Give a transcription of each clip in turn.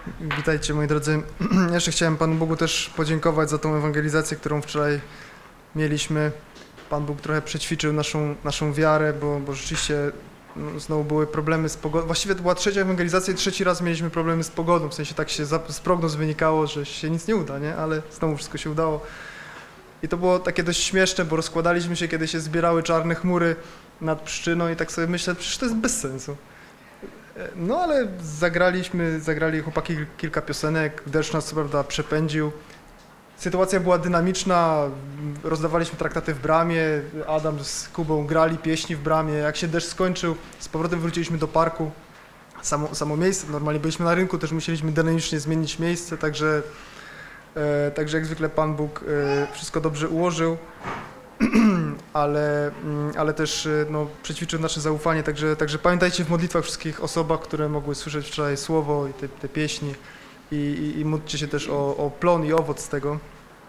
Witajcie, moi drodzy. Jeszcze chciałem Panu Bogu też podziękować za tą ewangelizację, którą wczoraj mieliśmy. Pan Bóg trochę przećwiczył naszą wiarę, bo rzeczywiście znowu były problemy z pogodą. Właściwie to była trzecia ewangelizacja i trzeci raz mieliśmy problemy z pogodą. W sensie tak się z prognoz wynikało, że się nic nie uda, nie? Ale znowu wszystko się udało. I to było takie dość śmieszne, bo rozkładaliśmy się, kiedy się zbierały czarne chmury nad Pszczyną i tak sobie myślę, przecież to jest bez sensu. No ale zagrali chłopaki kilka piosenek, deszcz nas co prawda przepędził. Sytuacja była dynamiczna, rozdawaliśmy traktaty w bramie, Adam z Kubą grali pieśni w bramie. Jak się deszcz skończył, z powrotem wróciliśmy do parku. Samo miejsce, normalnie byliśmy na rynku, też musieliśmy dynamicznie zmienić miejsce, także jak zwykle Pan Bóg wszystko dobrze ułożył. Ale też przećwiczył nasze zaufanie, także pamiętajcie w modlitwach wszystkich osobach, które mogły słyszeć wczoraj słowo i te pieśni i módlcie się też o plon i owoc tego.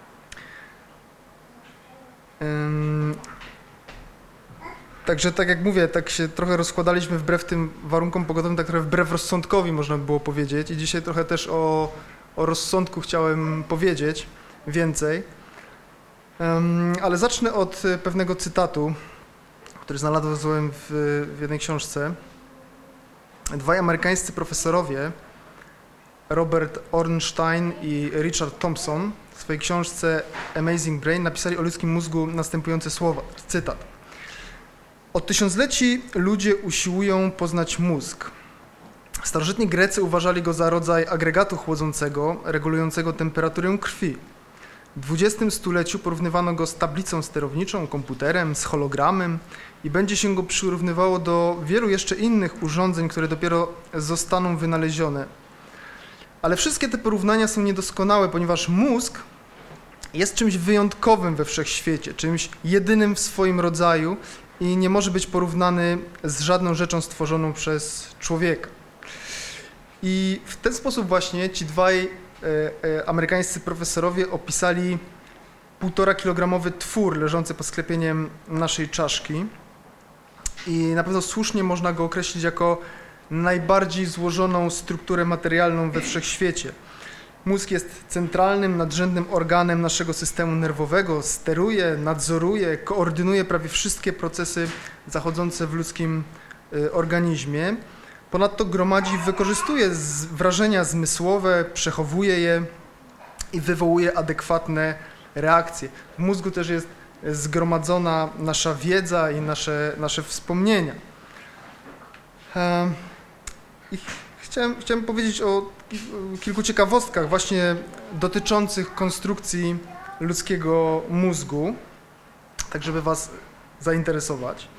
Także tak jak mówię, tak się trochę rozkładaliśmy wbrew tym warunkom pogodowym, tak trochę wbrew rozsądkowi można by było powiedzieć i dzisiaj trochę też o rozsądku chciałem powiedzieć więcej. Ale zacznę od pewnego cytatu, który znalazłem w jednej książce. Dwaj amerykańscy profesorowie, Robert Ornstein i Richard Thompson, w swojej książce Amazing Brain napisali o ludzkim mózgu następujące słowa, cytat. Od tysiącleci ludzie usiłują poznać mózg. Starożytni Grecy uważali go za rodzaj agregatu chłodzącego, regulującego temperaturę krwi. W XX stuleciu porównywano go z tablicą sterowniczą, komputerem, z hologramem i będzie się go przyrównywało do wielu jeszcze innych urządzeń, które dopiero zostaną wynalezione. Ale wszystkie te porównania są niedoskonałe, ponieważ mózg jest czymś wyjątkowym we wszechświecie, czymś jedynym w swoim rodzaju i nie może być porównany z żadną rzeczą stworzoną przez człowieka. I w ten sposób właśnie ci dwaj amerykańscy profesorowie opisali 1,5-kilogramowy twór leżący pod sklepieniem naszej czaszki i na pewno słusznie można go określić jako najbardziej złożoną strukturę materialną we wszechświecie. Mózg jest centralnym, nadrzędnym organem naszego systemu nerwowego, steruje, nadzoruje, koordynuje prawie wszystkie procesy zachodzące w ludzkim organizmie. Ponadto gromadzi, wykorzystuje wrażenia zmysłowe, przechowuje je i wywołuje adekwatne reakcje. W mózgu też jest zgromadzona nasza wiedza i nasze wspomnienia. I chciałem powiedzieć o kilku ciekawostkach właśnie dotyczących konstrukcji ludzkiego mózgu, tak żeby Was zainteresować.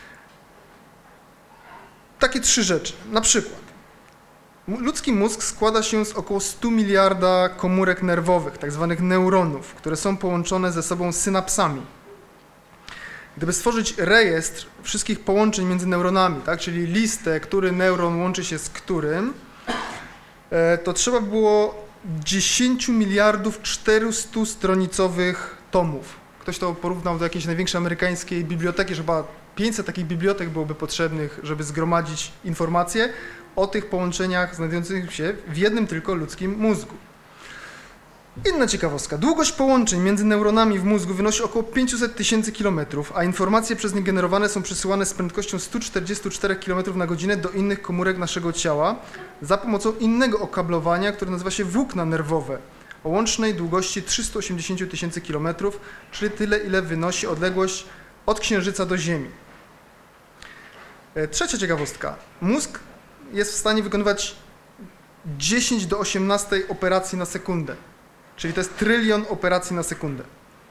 Takie 3 rzeczy. Na przykład ludzki mózg składa się z około 100 miliarda komórek nerwowych, tak zwanych neuronów, które są połączone ze sobą synapsami. Gdyby stworzyć rejestr wszystkich połączeń między neuronami, tak, czyli listę, który neuron łączy się z którym, to trzeba było 10 miliardów 400-stronicowych tomów. Ktoś to porównał do jakiejś największej amerykańskiej biblioteki, że chyba 500 takich bibliotek byłoby potrzebnych, żeby zgromadzić informacje o tych połączeniach znajdujących się w jednym tylko ludzkim mózgu. Inna ciekawostka. Długość połączeń między neuronami w mózgu wynosi około 500 000 kilometrów, a informacje przez nie generowane są przesyłane z prędkością 144 km na godzinę do innych komórek naszego ciała za pomocą innego okablowania, które nazywa się włókna nerwowe, o łącznej długości 380 000 km, czyli tyle, ile wynosi odległość od Księżyca do Ziemi. Trzecia ciekawostka. Mózg jest w stanie wykonywać 10 do 18 operacji na sekundę, czyli to jest 1 trylion operacji na sekundę.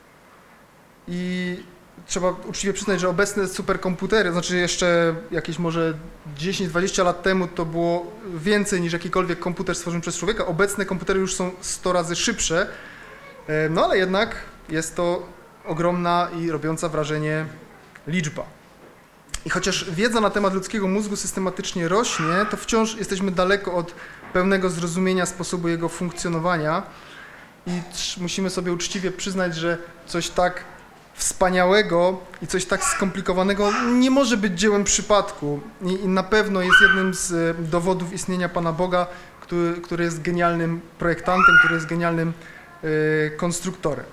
I trzeba uczciwie przyznać, że obecne superkomputery, znaczy jeszcze jakieś może 10-20 lat temu to było więcej niż jakikolwiek komputer stworzony przez człowieka. Obecne komputery już są 100 razy szybsze, no ale jednak jest to ogromna i robiąca wrażenie liczba. I chociaż wiedza na temat ludzkiego mózgu systematycznie rośnie, to wciąż jesteśmy daleko od pełnego zrozumienia sposobu jego funkcjonowania i musimy sobie uczciwie przyznać, że coś tak wspaniałego i coś tak skomplikowanego nie może być dziełem przypadku i na pewno jest jednym z dowodów istnienia Pana Boga, który jest genialnym projektantem, który jest genialnym konstruktorem.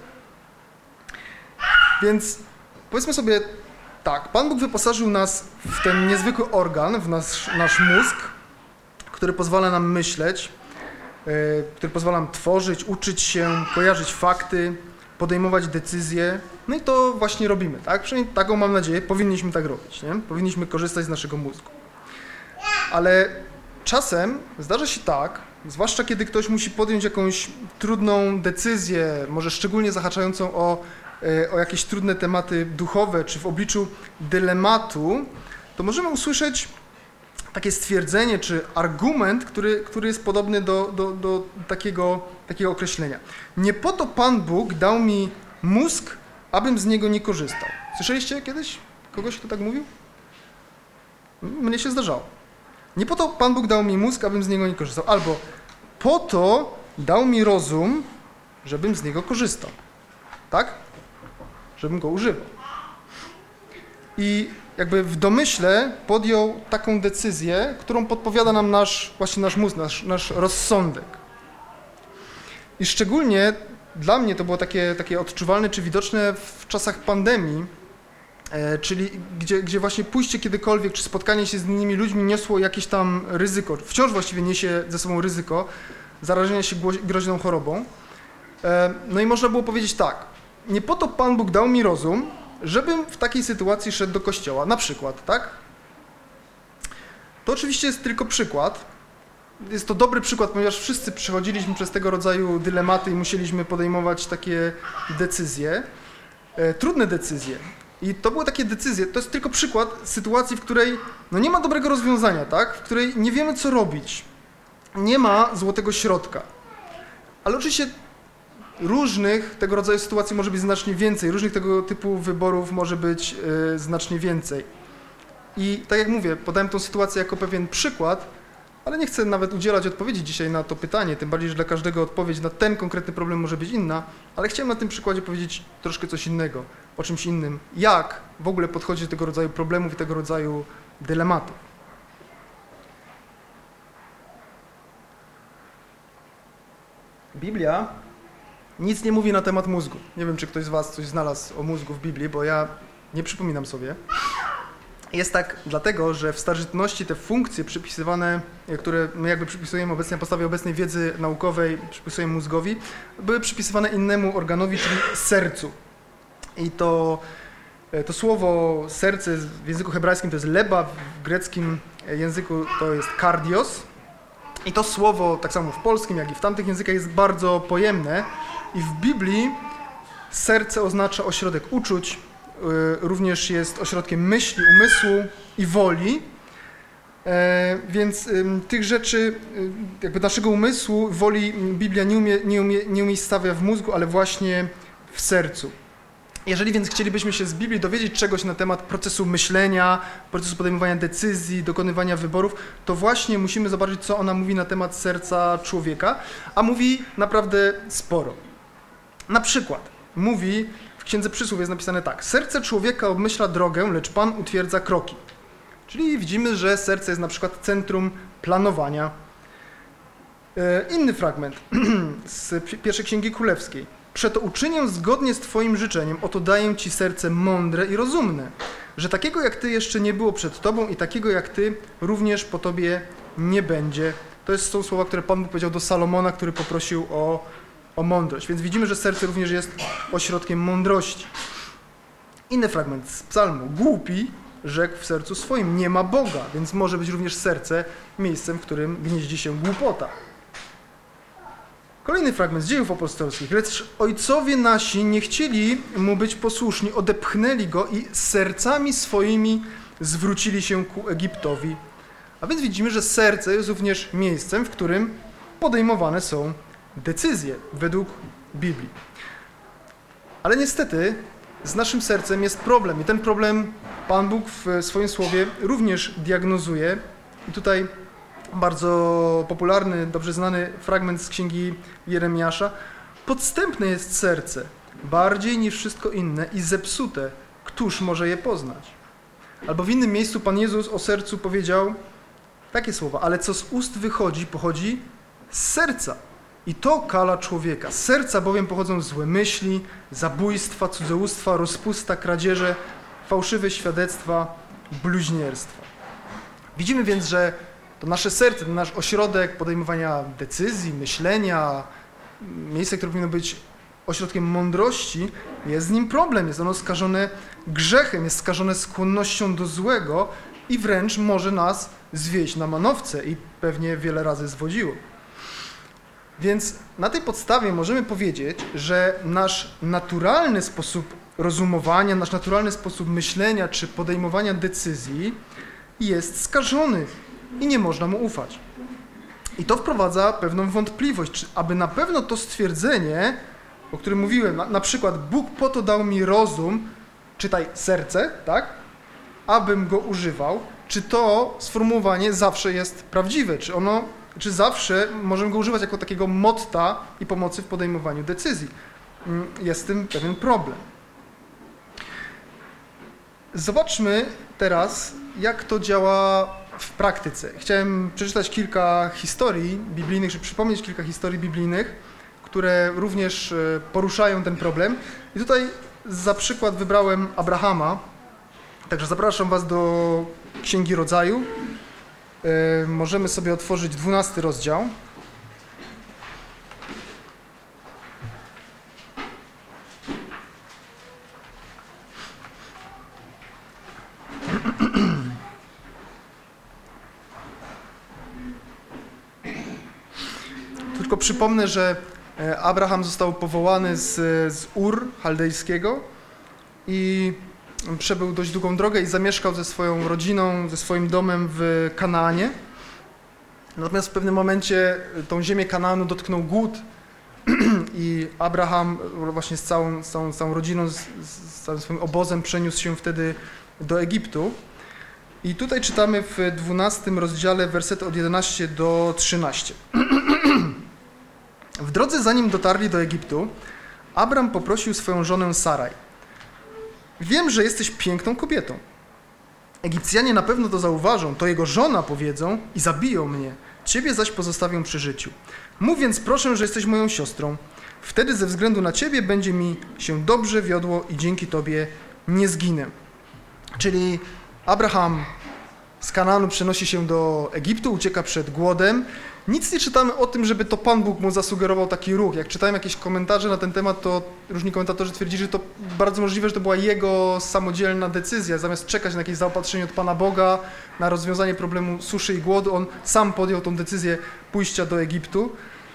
Więc powiedzmy sobie tak, Pan Bóg wyposażył nas w ten niezwykły organ, w nasz mózg, który pozwala nam myśleć, który pozwala nam tworzyć, uczyć się, kojarzyć fakty, podejmować decyzje. No i to właśnie robimy, tak? Przynajmniej taką mam nadzieję, powinniśmy tak robić, nie? Powinniśmy korzystać z naszego mózgu. Ale czasem zdarza się tak, zwłaszcza kiedy ktoś musi podjąć jakąś trudną decyzję, może szczególnie zahaczającą o jakieś trudne tematy duchowe, czy w obliczu dylematu, to możemy usłyszeć takie stwierdzenie, czy argument, który jest podobny do takiego określenia. Nie po to Pan Bóg dał mi mózg, abym z niego nie korzystał. Słyszeliście kiedyś kogoś, kto tak mówił? Mnie się zdarzało. Nie po to Pan Bóg dał mi mózg, abym z niego nie korzystał. Albo po to dał mi rozum, żebym z niego korzystał. Tak? Żebym go używał. I jakby w domyśle podjął taką decyzję, którą podpowiada nam nasz mózg, nasz rozsądek. I szczególnie dla mnie to było takie odczuwalne czy widoczne w czasach pandemii, czyli gdzie właśnie pójście kiedykolwiek, czy spotkanie się z innymi ludźmi niosło jakieś tam ryzyko, wciąż właściwie niesie ze sobą ryzyko zarażenia się groźną chorobą. No i można było powiedzieć tak, nie po to Pan Bóg dał mi rozum, żebym w takiej sytuacji szedł do kościoła, na przykład, tak? To oczywiście jest tylko przykład. Jest to dobry przykład, ponieważ wszyscy przechodziliśmy przez tego rodzaju dylematy i musieliśmy podejmować takie decyzje, trudne decyzje. I to były takie decyzje, to jest tylko przykład sytuacji, w której no nie ma dobrego rozwiązania, tak? W której nie wiemy, co robić. Nie ma złotego środka. Ale oczywiście różnych tego rodzaju sytuacji może być znacznie więcej, różnych tego typu wyborów może być znacznie więcej. I tak jak mówię, podałem tę sytuację jako pewien przykład, ale nie chcę nawet udzielać odpowiedzi dzisiaj na to pytanie, tym bardziej, że dla każdego odpowiedź na ten konkretny problem może być inna, ale chciałem na tym przykładzie powiedzieć troszkę coś innego, o czymś innym, jak w ogóle podchodzić do tego rodzaju problemów i tego rodzaju dylematów. Biblia nic nie mówi na temat mózgu. Nie wiem, czy ktoś z was coś znalazł o mózgu w Biblii, bo ja nie przypominam sobie. Jest tak dlatego, że w starożytności te funkcje przypisywane, które my jakby przypisujemy obecnie na podstawie obecnej wiedzy naukowej, przypisujemy mózgowi, były przypisywane innemu organowi, czyli sercu. I to słowo serce w języku hebrajskim to jest leba, w greckim języku to jest kardios. I to słowo, tak samo w polskim, jak i w tamtych językach, jest bardzo pojemne. I w Biblii serce oznacza ośrodek uczuć, również jest ośrodkiem myśli, umysłu i woli. Więc tych rzeczy, jakby naszego umysłu, woli Biblia nie umiejscawia w mózgu, ale właśnie w sercu. Jeżeli więc chcielibyśmy się z Biblii dowiedzieć czegoś na temat procesu myślenia, procesu podejmowania decyzji, dokonywania wyborów, to właśnie musimy zobaczyć, co ona mówi na temat serca człowieka, a mówi naprawdę sporo. Na przykład mówi, w Księdze Przysłów jest napisane tak: serce człowieka obmyśla drogę, lecz Pan utwierdza kroki. Czyli widzimy, że serce jest na przykład centrum planowania. Inny fragment z pierwszej Księgi Królewskiej. Przeto uczynię zgodnie z Twoim życzeniem, oto daję Ci serce mądre i rozumne, że takiego jak Ty jeszcze nie było przed Tobą i takiego jak Ty również po Tobie nie będzie. To są słowa, które Pan Bóg powiedział do Salomona, który poprosił o mądrość. Więc widzimy, że serce również jest ośrodkiem mądrości. Inny fragment z psalmu. Głupi rzekł w sercu swoim, nie ma Boga, więc może być również serce miejscem, w którym gnieździ się głupota. Kolejny fragment z Dziejów Apostolskich. Lecz ojcowie nasi nie chcieli mu być posłuszni, odepchnęli go i sercami swoimi zwrócili się ku Egiptowi. A więc widzimy, że serce jest również miejscem, w którym podejmowane są decyzje według Biblii. Ale niestety z naszym sercem jest problem i ten problem Pan Bóg w swoim słowie również diagnozuje. I tutaj bardzo popularny, dobrze znany fragment z księgi Jeremiasza. Podstępne jest serce, bardziej niż wszystko inne i zepsute. Któż może je poznać? Albo w innym miejscu Pan Jezus o sercu powiedział takie słowa: ale co z ust wychodzi, pochodzi z serca. I to kala człowieka. Z serca bowiem pochodzą złe myśli, zabójstwa, cudzołóstwa, rozpusta, kradzieże, fałszywe świadectwa, bluźnierstwa. Widzimy więc, że to nasze serce, to nasz ośrodek podejmowania decyzji, myślenia, miejsce, które powinno być ośrodkiem mądrości, jest z nim problem. Jest ono skażone grzechem, jest skażone skłonnością do złego i wręcz może nas zwieść na manowce i pewnie wiele razy zwodziło. Więc na tej podstawie możemy powiedzieć, że nasz naturalny sposób rozumowania, nasz naturalny sposób myślenia czy podejmowania decyzji jest skażony i nie można mu ufać. I to wprowadza pewną wątpliwość, czy aby na pewno to stwierdzenie, o którym mówiłem, na przykład Bóg po to dał mi rozum, czytaj serce, tak, abym go używał, czy to sformułowanie zawsze jest prawdziwe, czy zawsze możemy go używać jako takiego motta i pomocy w podejmowaniu decyzji. Jest z tym pewien problem. Zobaczmy teraz, jak to działa w praktyce. Chciałem przeczytać kilka historii biblijnych, czy przypomnieć kilka historii biblijnych, które również poruszają ten problem. I tutaj za przykład wybrałem Abrahama, także zapraszam Was do Księgi Rodzaju. Możemy sobie otworzyć 12 rozdział. Tylko przypomnę, że Abraham został powołany z Ur chaldejskiego i przebył dość długą drogę i zamieszkał ze swoją rodziną, ze swoim domem w Kanaanie. Natomiast w pewnym momencie tą ziemię Kanaanu dotknął głód i Abraham właśnie z całą rodziną, z całym swoim obozem przeniósł się wtedy do Egiptu. I tutaj czytamy w 12 rozdziale wersety od 11 do 13. W drodze, zanim dotarli do Egiptu, Abram poprosił swoją żonę Saraj: wiem, że jesteś piękną kobietą. Egipcjanie na pewno to zauważą, to jego żona powiedzą i zabiją mnie, ciebie zaś pozostawią przy życiu. Mów więc proszę, że jesteś moją siostrą. Wtedy ze względu na ciebie będzie mi się dobrze wiodło i dzięki tobie nie zginę. Czyli Abraham z Kanaanu przenosi się do Egiptu, ucieka przed głodem. Nic nie czytamy o tym, żeby to Pan Bóg mu zasugerował taki ruch. Jak czytałem jakieś komentarze na ten temat, to różni komentatorzy twierdzili, że to bardzo możliwe, że to była jego samodzielna decyzja. Zamiast czekać na jakieś zaopatrzenie od Pana Boga, na rozwiązanie problemu suszy i głodu, on sam podjął tą decyzję pójścia do Egiptu.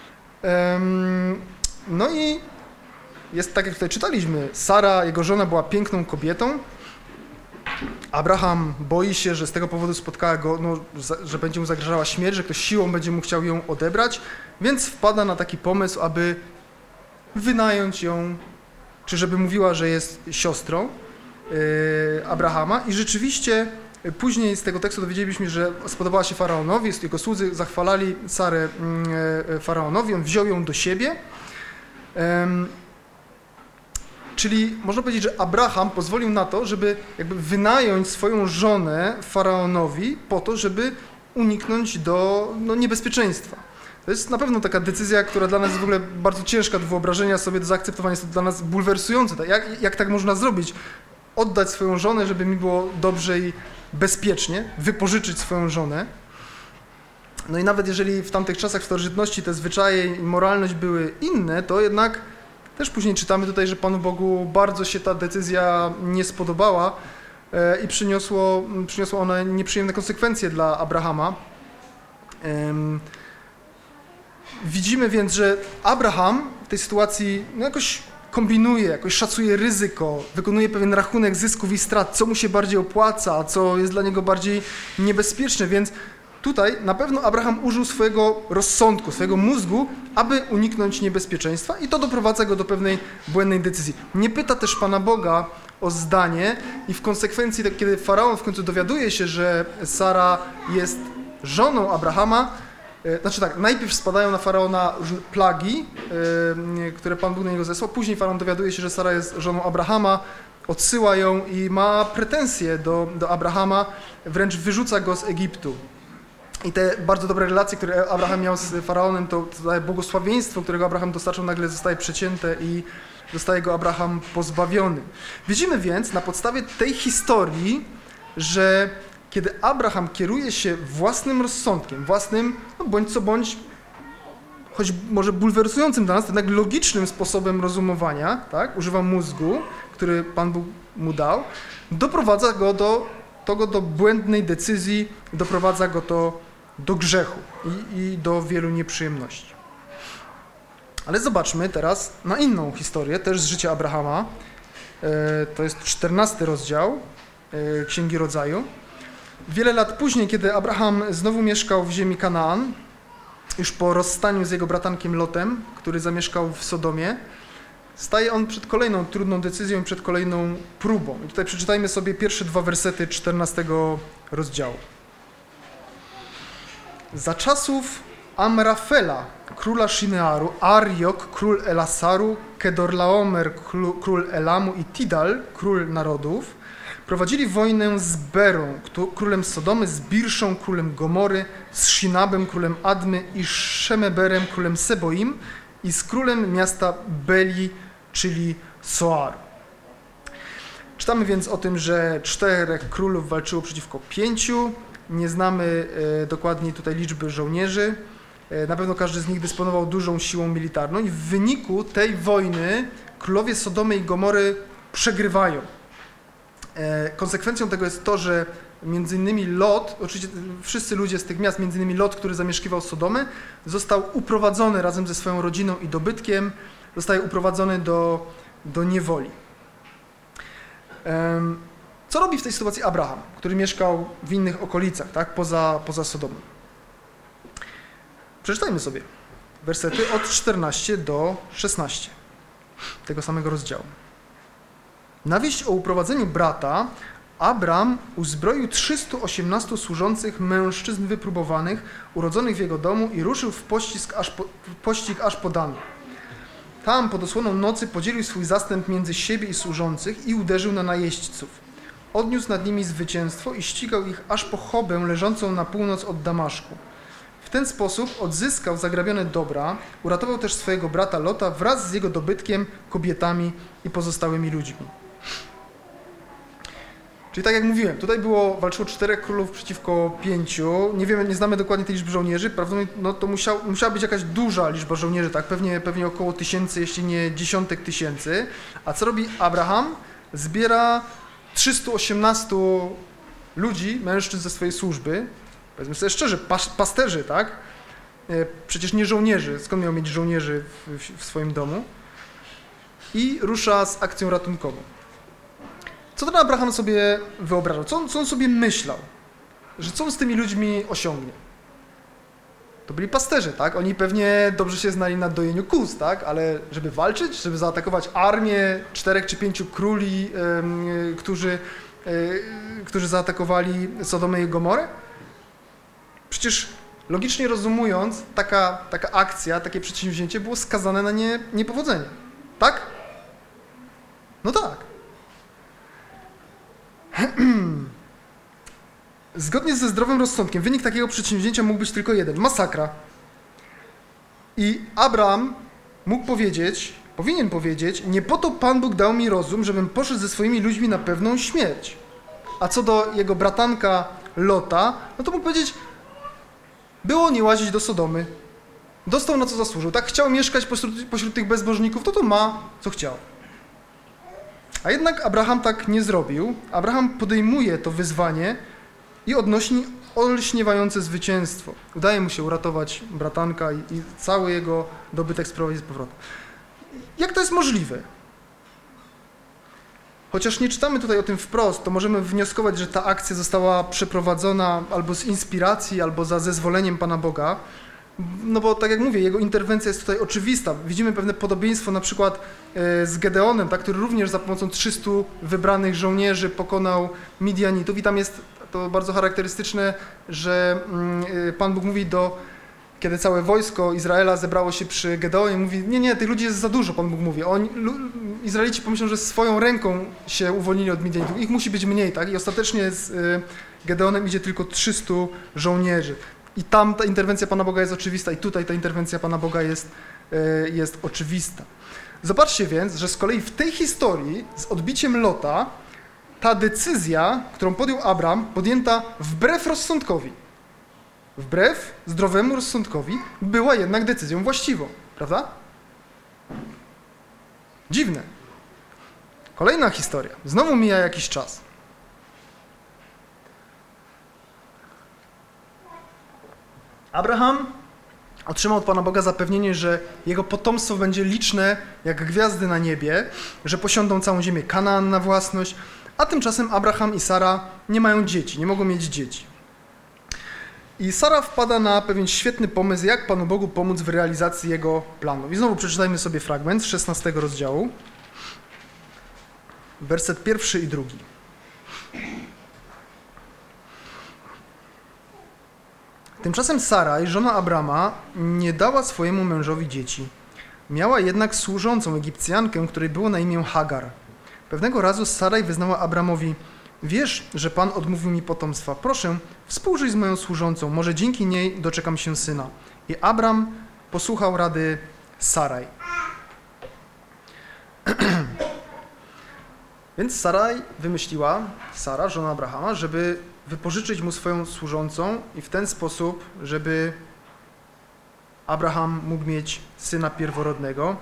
No i jest tak, jak tutaj czytaliśmy, Sara, jego żona, była piękną kobietą. Abraham boi się, że z tego powodu spotkała go, że będzie mu zagrażała śmierć, że ktoś siłą będzie mu chciał ją odebrać, więc wpada na taki pomysł, aby wynająć ją, czy żeby mówiła, że jest siostrą Abrahama. I rzeczywiście później z tego tekstu dowiedzielibyśmy, że spodobała się faraonowi, jego słudzy zachwalali Sarę faraonowi, on wziął ją do siebie. Czyli można powiedzieć, że Abraham pozwolił na to, żeby jakby wynająć swoją żonę faraonowi po to, żeby uniknąć do niebezpieczeństwa. To jest na pewno taka decyzja, która dla nas jest w ogóle bardzo ciężka do wyobrażenia sobie, do zaakceptowania. Jest to dla nas bulwersujące. Jak tak można zrobić? Oddać swoją żonę, żeby mi było dobrze i bezpiecznie, wypożyczyć swoją żonę. No i nawet jeżeli w tamtych czasach, w starożytności te zwyczaje i moralność były inne, to jednak też później czytamy tutaj, że Panu Bogu bardzo się ta decyzja nie spodobała i przyniosło ona nieprzyjemne konsekwencje dla Abrahama. Widzimy więc, że Abraham w tej sytuacji jakoś kombinuje, jakoś szacuje ryzyko, wykonuje pewien rachunek zysków i strat, co mu się bardziej opłaca, a co jest dla niego bardziej niebezpieczne, więc tutaj na pewno Abraham użył swojego rozsądku, swojego mózgu, aby uniknąć niebezpieczeństwa i to doprowadza go do pewnej błędnej decyzji. Nie pyta też Pana Boga o zdanie i w konsekwencji, kiedy faraon w końcu dowiaduje się, że Sara jest żoną Abrahama, najpierw spadają na faraona plagi, które Pan Bóg na niego zesłał, później faraon dowiaduje się, że Sara jest żoną Abrahama, odsyła ją i ma pretensje do Abrahama, wręcz wyrzuca go z Egiptu. I te bardzo dobre relacje, które Abraham miał z Faraonem, to błogosławieństwo, którego Abraham dostarczał, nagle zostaje przecięte i zostaje go Abraham pozbawiony. Widzimy więc na podstawie tej historii, że kiedy Abraham kieruje się własnym rozsądkiem, własnym, no bądź co bądź, choć może bulwersującym dla nas, jednak logicznym sposobem rozumowania, tak, używa mózgu, który Pan Bóg mu dał, doprowadza go do błędnej decyzji, doprowadza go to do grzechu i do wielu nieprzyjemności. Ale zobaczmy teraz na inną historię, też z życia Abrahama. To jest 14 rozdział Księgi Rodzaju. Wiele lat później, kiedy Abraham znowu mieszkał w ziemi Kanaan, już po rozstaniu z jego bratankiem Lotem, który zamieszkał w Sodomie, staje on przed kolejną trudną decyzją i przed kolejną próbą. I tutaj przeczytajmy sobie pierwsze 2 wersety 14 rozdziału. Za czasów Amrafela, króla Shinearu, Ariok, król Elasaru, Kedorlaomer, król Elamu i Tidal, król narodów, prowadzili wojnę z Berą, królem Sodomy, z Birszą, królem Gomory, z Shinabem, królem Admy i Szemeberem, królem Seboim i z królem miasta Beli, czyli Soaru. Czytamy więc o tym, że 4 królów walczyło przeciwko 5. Nie znamy dokładnie tutaj liczby żołnierzy. Na pewno każdy z nich dysponował dużą siłą militarną i w wyniku tej wojny królowie Sodomy i Gomory przegrywają. Konsekwencją tego jest to, że między innymi Lot, oczywiście wszyscy ludzie z tych miast, między innymi Lot, który zamieszkiwał Sodomę, został uprowadzony razem ze swoją rodziną i dobytkiem, zostaje uprowadzony do niewoli. Co robi w tej sytuacji Abraham, który mieszkał w innych okolicach, tak, poza Sodomą? Przeczytajmy sobie wersety od 14 do 16 tego samego rozdziału. Na wieść o uprowadzeniu brata Abram uzbroił 318 służących mężczyzn wypróbowanych, urodzonych w jego domu i ruszył w pościg aż po Dan. Tam pod osłoną nocy podzielił swój zastęp między siebie i służących i uderzył na najeźdźców. Odniósł nad nimi zwycięstwo i ścigał ich aż po Chobę leżącą na północ od Damaszku. W ten sposób odzyskał zagrabione dobra, uratował też swojego brata Lota wraz z jego dobytkiem, kobietami i pozostałymi ludźmi. Czyli tak jak mówiłem, tutaj walczyło 4 królów przeciwko 5. Nie wiemy, nie znamy dokładnie tej liczby żołnierzy. Prawdopodobnie no to musiała być jakaś duża liczba żołnierzy, tak? Pewnie około 1000, jeśli nie dziesiątek tysięcy. A co robi Abraham? Zbiera 318 ludzi, mężczyzn ze swojej służby. Powiedzmy sobie szczerze, pasterzy, tak? Przecież nie żołnierzy. Skąd miał mieć żołnierzy w swoim domu? I rusza z akcją ratunkową. Co ten Abraham sobie wyobrażał? Co on sobie myślał? Że co on z tymi ludźmi osiągnie? To byli pasterze, tak? Oni pewnie dobrze się znali na dojeniu kóz, tak? Ale żeby walczyć, żeby zaatakować armię 4 czy 5 króli, którzy zaatakowali Sodomę i Gomorę? Przecież logicznie rozumując, taka akcja, takie przedsięwzięcie było skazane na niepowodzenie. Tak? No tak. Zgodnie ze zdrowym rozsądkiem wynik takiego przedsięwzięcia mógł być tylko jeden. Masakra. I Abraham powinien powiedzieć, nie po to Pan Bóg dał mi rozum, żebym poszedł ze swoimi ludźmi na pewną śmierć. A co do jego bratanka Lota, no to mógł powiedzieć, było nie łazić do Sodomy. Dostał na co zasłużył. Tak chciał mieszkać pośród tych bezbożników, to ma co chciał. A jednak Abraham tak nie zrobił. Abraham podejmuje to wyzwanie i odnosi olśniewające zwycięstwo. Udaje mu się uratować bratanka i cały jego dobytek sprowadzić z powrotem. Jak to jest możliwe? Chociaż nie czytamy tutaj o tym wprost, to możemy wnioskować, że ta akcja została przeprowadzona albo z inspiracji, albo za zezwoleniem Pana Boga. No bo tak jak mówię, jego interwencja jest tutaj oczywista. Widzimy pewne podobieństwo na przykład z Gedeonem, tak, który również za pomocą 300 wybranych żołnierzy pokonał Midianitów. I tam jest to bardzo charakterystyczne, że Pan Bóg mówi kiedy całe wojsko Izraela zebrało się przy Gedeonie, mówi, nie, tych ludzi jest za dużo, Pan Bóg mówi. Izraelici pomyślą, że swoją ręką się uwolnili od Midianitów. Ich musi być mniej, tak? I ostatecznie z Gedeonem idzie tylko 300 żołnierzy. I tam ta interwencja Pana Boga jest oczywista i tutaj ta interwencja Pana Boga jest oczywista. Zobaczcie więc, że z kolei w tej historii z odbiciem Lota ta decyzja, którą podjął Abram, podjęta wbrew rozsądkowi, wbrew zdrowemu rozsądkowi, była jednak decyzją właściwą, prawda? Dziwne. Kolejna historia. Znowu mija jakiś czas. Abraham otrzymał od Pana Boga zapewnienie, że jego potomstwo będzie liczne jak gwiazdy na niebie, że posiądą całą ziemię Kanaan na własność, a tymczasem Abraham i Sara nie mają dzieci, nie mogą mieć dzieci. I Sara wpada na pewien świetny pomysł, jak Panu Bogu pomóc w realizacji jego planów. I znowu przeczytajmy sobie fragment z 16 rozdziału, werset 1 i 2. Tymczasem Saraj, żona Abrama, nie dała swojemu mężowi dzieci. Miała jednak służącą Egipcjankę, której było na imię Hagar. Pewnego razu Saraj wyznała Abramowi: wiesz, że Pan odmówił mi potomstwa. Proszę, współżyj z moją służącą, może dzięki niej doczekam się syna. I Abram posłuchał rady Saraj. Więc Saraj wymyśliła, Sara, żona Abrahama, żeby wypożyczyć mu swoją służącą i w ten sposób, żeby Abraham mógł mieć syna pierworodnego.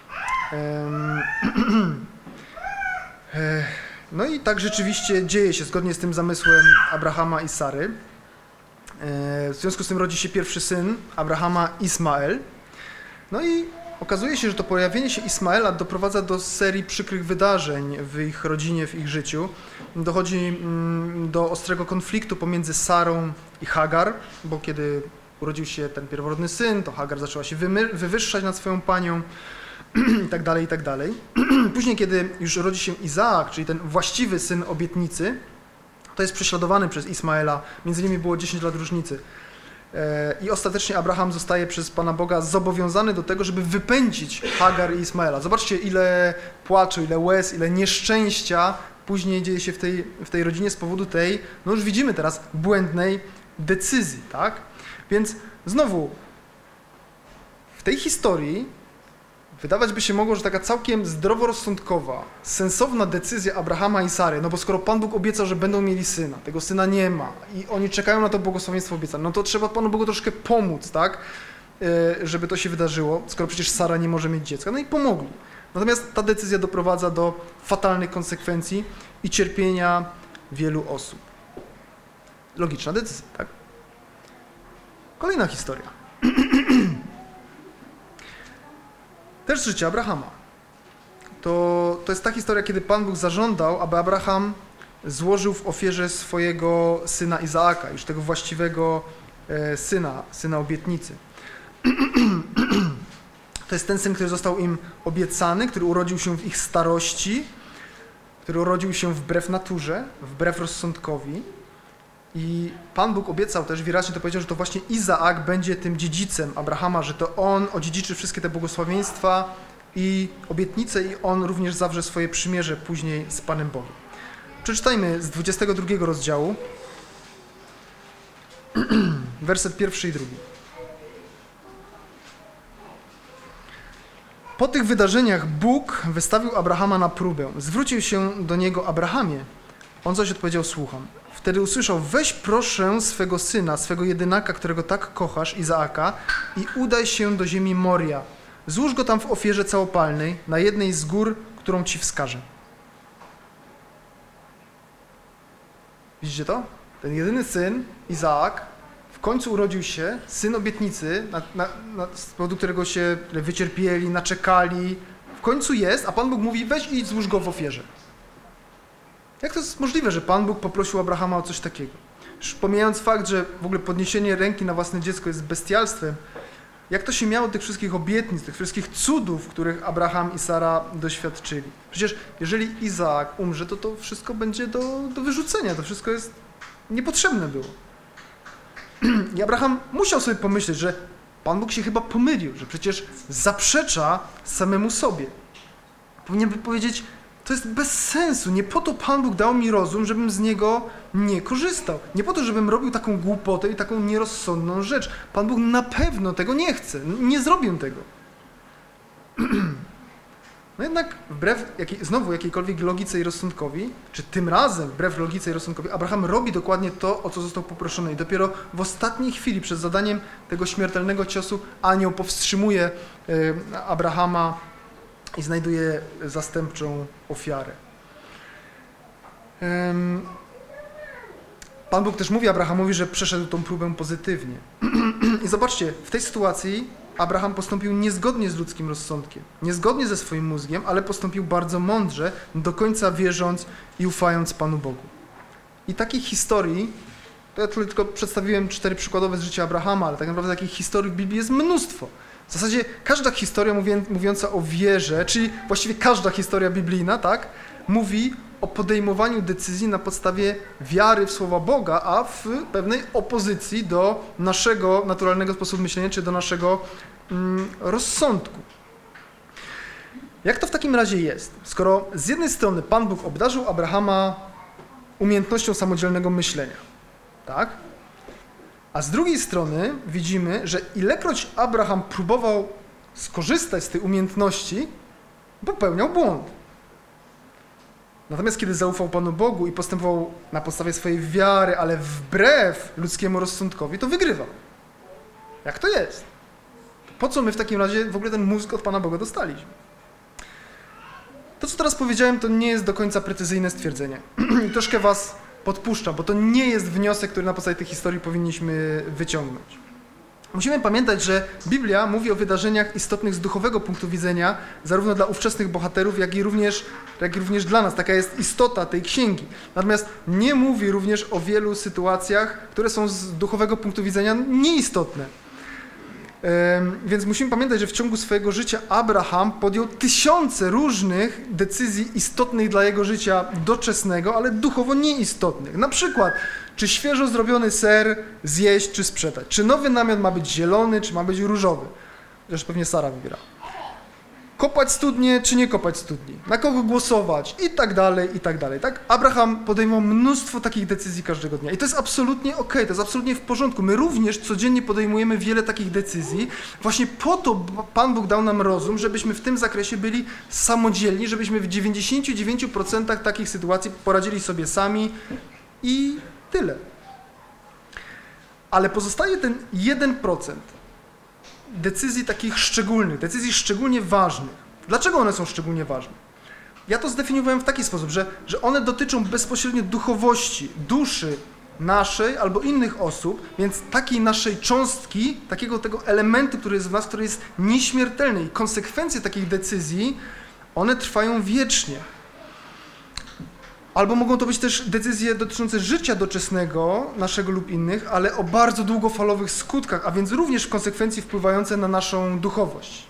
No i tak rzeczywiście dzieje się zgodnie z tym zamysłem Abrahama i Sary. W związku z tym rodzi się pierwszy syn Abrahama, Ismael. No i okazuje się, że to pojawienie się Ismaela doprowadza do serii przykrych wydarzeń w ich rodzinie, w ich życiu. Dochodzi do ostrego konfliktu pomiędzy Sarą i Hagar, bo kiedy urodził się ten pierworodny syn, to Hagar zaczęła się wywyższać nad swoją panią i tak dalej, i tak dalej. Później, kiedy już rodzi się Izaak, czyli ten właściwy syn obietnicy, to jest prześladowany przez Ismaela, między nimi było 10 lat różnicy. I ostatecznie Abraham zostaje przez Pana Boga zobowiązany do tego, żeby wypędzić Hagar i Ismaela. Zobaczcie, ile płaczu, ile łez, ile nieszczęścia później dzieje się w tej rodzinie z powodu tej, no już widzimy teraz, błędnej decyzji, tak? Więc znowu, w tej historii wydawać by się mogło, że taka całkiem zdroworozsądkowa, sensowna decyzja Abrahama i Sary, no bo skoro Pan Bóg obiecał, że będą mieli syna, tego syna nie ma i oni czekają na to błogosławieństwo obiecane, no to trzeba Panu Bogu troszkę pomóc, tak, żeby to się wydarzyło, skoro przecież Sara nie może mieć dziecka, no i pomogli. Natomiast ta decyzja doprowadza do fatalnych konsekwencji i cierpienia wielu osób. Logiczna decyzja, tak? Kolejna historia. Też z życia Abrahama. To jest ta historia, kiedy Pan Bóg zażądał, aby Abraham złożył w ofierze swojego syna Izaaka, już tego właściwego syna obietnicy. To jest ten syn, który został im obiecany, który urodził się w ich starości, który urodził się wbrew naturze, wbrew rozsądkowi. I Pan Bóg obiecał też, wyraźnie to powiedział, że to właśnie Izaak będzie tym dziedzicem Abrahama, że to on odziedziczy wszystkie te błogosławieństwa i obietnice i on również zawrze swoje przymierze później z Panem Bogiem. Przeczytajmy z 22 rozdziału, werset 1 i 2. Po tych wydarzeniach Bóg wystawił Abrahama na próbę. Zwrócił się do niego: Abrahamie. On zaś odpowiedział: słucham. Wtedy usłyszał: weź proszę swego syna, swego jedynaka, którego tak kochasz, Izaaka, i udaj się do ziemi Moria. Złóż go tam w ofierze całopalnej, na jednej z gór, którą ci wskażę. Widzicie to? Ten jedyny syn, Izaak, w końcu urodził się, syn obietnicy, z powodu którego się wycierpieli, naczekali. W końcu jest, a Pan Bóg mówi: weź i złóż go w ofierze. Jak to jest możliwe, że Pan Bóg poprosił Abrahama o coś takiego? Już pomijając fakt, że w ogóle podniesienie ręki na własne dziecko jest bestialstwem, jak to się miało tych wszystkich obietnic, tych wszystkich cudów, których Abraham i Sara doświadczyli? Przecież jeżeli Izaak umrze, to wszystko będzie do wyrzucenia, to wszystko jest niepotrzebne było. I Abraham musiał sobie pomyśleć, że Pan Bóg się chyba pomylił, że przecież zaprzecza samemu sobie. Powinien by powiedzieć: To jest bez sensu. Nie po to Pan Bóg dał mi rozum, żebym z niego nie korzystał. Nie po to, żebym robił taką głupotę i taką nierozsądną rzecz. Pan Bóg na pewno tego nie chce. Nie zrobię tego. No jednak wbrew znowu jakiejkolwiek logice i rozsądkowi, czy tym razem wbrew logice i rozsądkowi, Abraham robi dokładnie to, o co został poproszony. I dopiero w ostatniej chwili, przed zadaniem tego śmiertelnego ciosu, anioł powstrzymuje Abrahama i znajduje zastępczą ofiarę. Pan Bóg też mówi Abrahamowi, że przeszedł tą próbę pozytywnie. I zobaczcie, w tej sytuacji Abraham postąpił niezgodnie z ludzkim rozsądkiem, niezgodnie ze swoim mózgiem, ale postąpił bardzo mądrze, do końca wierząc i ufając Panu Bogu. I takich historii, to ja tylko przedstawiłem 4 przykładowe z życia Abrahama, ale tak naprawdę takich historii w Biblii jest mnóstwo. W zasadzie każda historia mówiąca o wierze, czyli właściwie każda historia biblijna, tak, mówi o podejmowaniu decyzji na podstawie wiary w słowa Boga, a w pewnej opozycji do naszego naturalnego sposobu myślenia, czy do naszego rozsądku. Jak to w takim razie jest? Skoro z jednej strony Pan Bóg obdarzył Abrahama umiejętnością samodzielnego myślenia, tak? A z drugiej strony widzimy, że ilekroć Abraham próbował skorzystać z tej umiejętności, popełniał błąd. Natomiast kiedy zaufał Panu Bogu i postępował na podstawie swojej wiary, ale wbrew ludzkiemu rozsądkowi, to wygrywał. Jak to jest? Po co my w takim razie w ogóle ten mózg od Pana Boga dostaliśmy? To, co teraz powiedziałem, to nie jest do końca precyzyjne stwierdzenie. I troszkę was podpuszczam, bo to nie jest wniosek, który na podstawie tej historii powinniśmy wyciągnąć. Musimy pamiętać, że Biblia mówi o wydarzeniach istotnych z duchowego punktu widzenia, zarówno dla ówczesnych bohaterów, jak i również dla nas. Taka jest istota tej księgi. Natomiast nie mówi również o wielu sytuacjach, które są z duchowego punktu widzenia nieistotne. Więc musimy pamiętać, że w ciągu swojego życia Abraham podjął tysiące różnych decyzji istotnych dla jego życia doczesnego, ale duchowo nieistotnych. Na przykład, czy świeżo zrobiony ser zjeść, czy sprzedać? Czy nowy namiot ma być zielony, czy ma być różowy? Zresztą pewnie Sara wybiera. Kopać studnie, czy nie kopać studni? Na kogo głosować? I tak dalej, i tak dalej. Tak? Abraham podejmował mnóstwo takich decyzji każdego dnia. I to jest absolutnie okej, to jest absolutnie w porządku. My również codziennie podejmujemy wiele takich decyzji. Właśnie po to Pan Bóg dał nam rozum, żebyśmy w tym zakresie byli samodzielni, żebyśmy w 99% takich sytuacji poradzili sobie sami i tyle. Ale pozostaje ten 1% decyzji takich szczególnych, decyzji szczególnie ważnych. Dlaczego one są szczególnie ważne? Ja to zdefiniowałem w taki sposób, że one dotyczą bezpośrednio duchowości, duszy naszej albo innych osób, więc takiej naszej cząstki, takiego tego elementu, który jest w nas, który jest nieśmiertelny. I konsekwencje takich decyzji, one trwają wiecznie. Albo mogą to być też decyzje dotyczące życia doczesnego naszego lub innych, ale o bardzo długofalowych skutkach, a więc również w konsekwencji wpływające na naszą duchowość.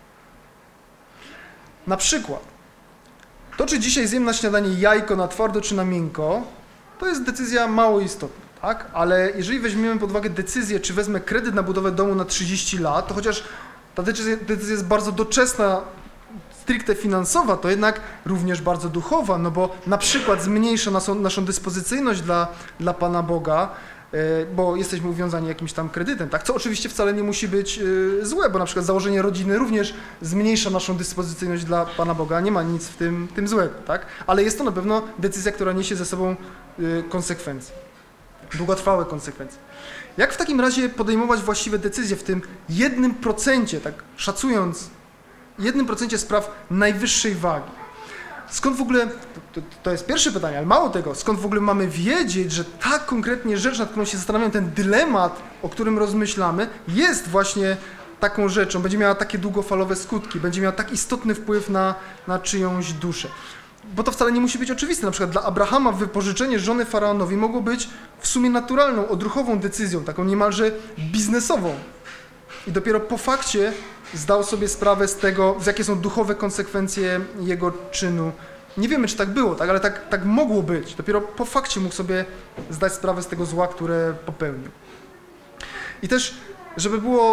Na przykład, to czy dzisiaj zjem na śniadanie jajko na twardo czy na miękko, to jest decyzja mało istotna, tak? Ale jeżeli weźmiemy pod uwagę decyzję, czy wezmę kredyt na budowę domu na 30 lat, to chociaż ta decyzja jest bardzo doczesna, stricte finansowa, to jednak również bardzo duchowa, no bo na przykład zmniejsza naszą dyspozycyjność dla Pana Boga, bo jesteśmy uwiązani jakimś tam kredytem, tak? Co oczywiście wcale nie musi być złe, bo na przykład założenie rodziny również zmniejsza naszą dyspozycyjność dla Pana Boga, nie ma nic w tym złego, tak? Ale jest to na pewno decyzja, która niesie ze sobą konsekwencje, długotrwałe konsekwencje. Jak w takim razie podejmować właściwe decyzje w tym 1%, tak szacując, 1% spraw najwyższej wagi? Skąd w ogóle, to jest pierwsze pytanie, ale mało tego, skąd w ogóle mamy wiedzieć, że ta konkretnie rzecz, nad którą się zastanawiamy, ten dylemat, o którym rozmyślamy, jest właśnie taką rzeczą, będzie miała takie długofalowe skutki, będzie miała tak istotny wpływ na czyjąś duszę. Bo to wcale nie musi być oczywiste. Na przykład dla Abrahama wypożyczenie żony faraonowi mogło być w sumie naturalną, odruchową decyzją, taką niemalże biznesową. I dopiero po fakcie zdał sobie sprawę z tego, jakie są duchowe konsekwencje jego czynu. Nie wiemy, czy tak było, tak? Ale tak mogło być. Dopiero po fakcie mógł sobie zdać sprawę z tego zła, które popełnił. I też, żeby było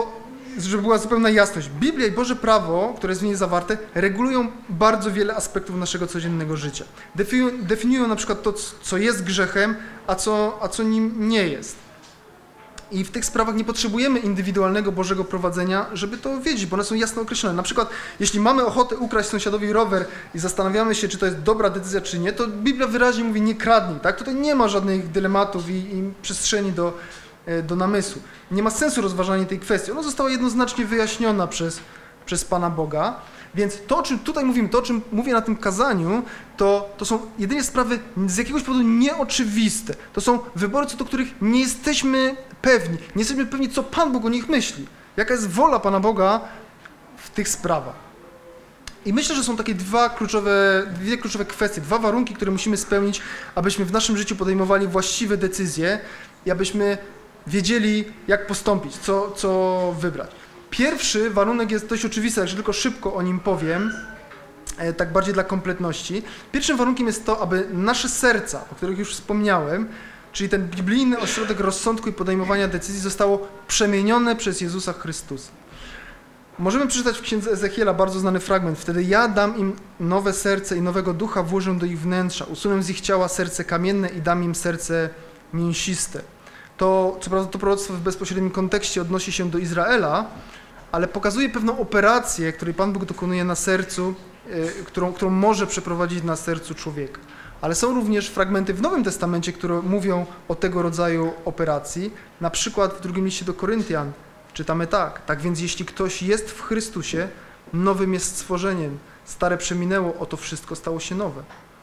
żeby była zupełna jasność, Biblia i Boże prawo, które jest w niej zawarte, regulują bardzo wiele aspektów naszego codziennego życia. Definiują na przykład to, co jest grzechem, a co nim nie jest. I w tych sprawach nie potrzebujemy indywidualnego Bożego prowadzenia, żeby to wiedzieć, bo one są jasno określone. Na przykład, jeśli mamy ochotę ukraść sąsiadowi rower i zastanawiamy się, czy to jest dobra decyzja, czy nie, to Biblia wyraźnie mówi nie kradnij, tak? Tutaj nie ma żadnych dylematów i przestrzeni do namysłu. Nie ma sensu rozważania tej kwestii. Ona została jednoznacznie wyjaśniona przez Pana Boga. Więc to, o czym tutaj mówimy, to, o czym mówię na tym kazaniu, to są jedynie sprawy z jakiegoś powodu nieoczywiste. To są wybory, co do których nie jesteśmy pewni. Nie jesteśmy pewni, co Pan Bóg o nich myśli. Jaka jest wola Pana Boga w tych sprawach. I myślę, że są takie dwie kluczowe kwestie, dwa warunki, które musimy spełnić, abyśmy w naszym życiu podejmowali właściwe decyzje i abyśmy wiedzieli, jak postąpić, co wybrać. Pierwszy warunek jest dość oczywisty, także tylko szybko o nim powiem, tak bardziej dla kompletności. Pierwszym warunkiem jest to, aby nasze serca, o których już wspomniałem, czyli ten biblijny ośrodek rozsądku i podejmowania decyzji zostało przemienione przez Jezusa Chrystusa. Możemy przeczytać w księdze Ezechiela bardzo znany fragment. Wtedy ja dam im nowe serce i nowego ducha włożę do ich wnętrza. Usunę z ich ciała serce kamienne i dam im serce mięsiste. To, co prawda, to proroctwo w bezpośrednim kontekście odnosi się do Izraela, ale pokazuje pewną operację, której Pan Bóg dokonuje na sercu, którą może przeprowadzić na sercu człowieka. Ale są również fragmenty w Nowym Testamencie, które mówią o tego rodzaju operacji. Na przykład w drugim liście do Koryntian czytamy tak. Tak więc jeśli ktoś jest w Chrystusie, nowym jest stworzeniem. Stare przeminęło, oto wszystko stało się nowe.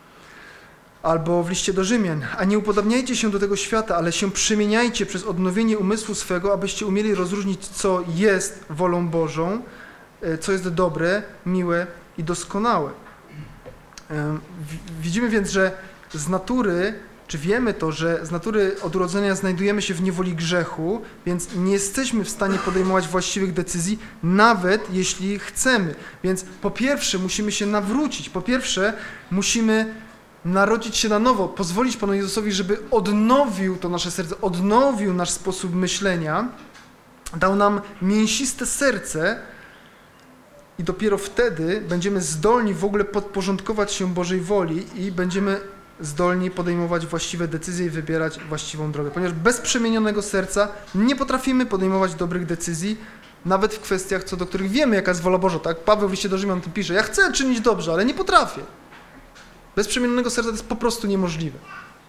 Albo w liście do Rzymian. A nie upodabniajcie się do tego świata, ale się przemieniajcie przez odnowienie umysłu swego, abyście umieli rozróżnić, co jest wolą Bożą, co jest dobre, miłe i doskonałe. Widzimy więc, że z natury, czy wiemy to, że z natury od urodzenia znajdujemy się w niewoli grzechu, więc nie jesteśmy w stanie podejmować właściwych decyzji, nawet jeśli chcemy. Więc po pierwsze musimy się nawrócić, po pierwsze musimy narodzić się na nowo, pozwolić Panu Jezusowi, żeby odnowił to nasze serce, odnowił nasz sposób myślenia, dał nam mięsiste serce i dopiero wtedy będziemy zdolni w ogóle podporządkować się Bożej woli i będziemy zdolni podejmować właściwe decyzje i wybierać właściwą drogę. Ponieważ bez przemienionego serca nie potrafimy podejmować dobrych decyzji, nawet w kwestiach, co do których wiemy, jaka jest wola Boża. Tak? Paweł w liście do Rzymian pisze, ja chcę czynić dobrze, ale nie potrafię. Bez przemienionego serca to jest po prostu niemożliwe.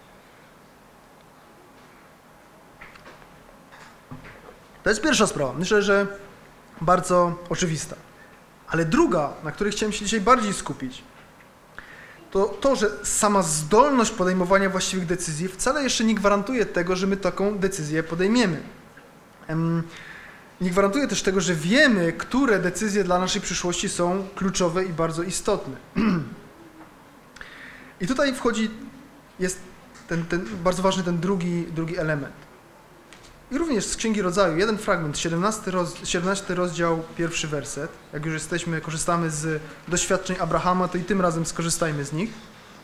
To jest pierwsza sprawa. Myślę, że bardzo oczywista. Ale druga, na której chciałem się dzisiaj bardziej skupić, to, że sama zdolność podejmowania właściwych decyzji wcale jeszcze nie gwarantuje tego, że my taką decyzję podejmiemy. Nie gwarantuje też tego, że wiemy, które decyzje dla naszej przyszłości są kluczowe i bardzo istotne. I tutaj jest ten bardzo ważny ten drugi element. I również z Księgi Rodzaju, jeden fragment, 17 rozdział, 1 werset. Jak już korzystamy z doświadczeń Abrahama, to i tym razem skorzystajmy z nich.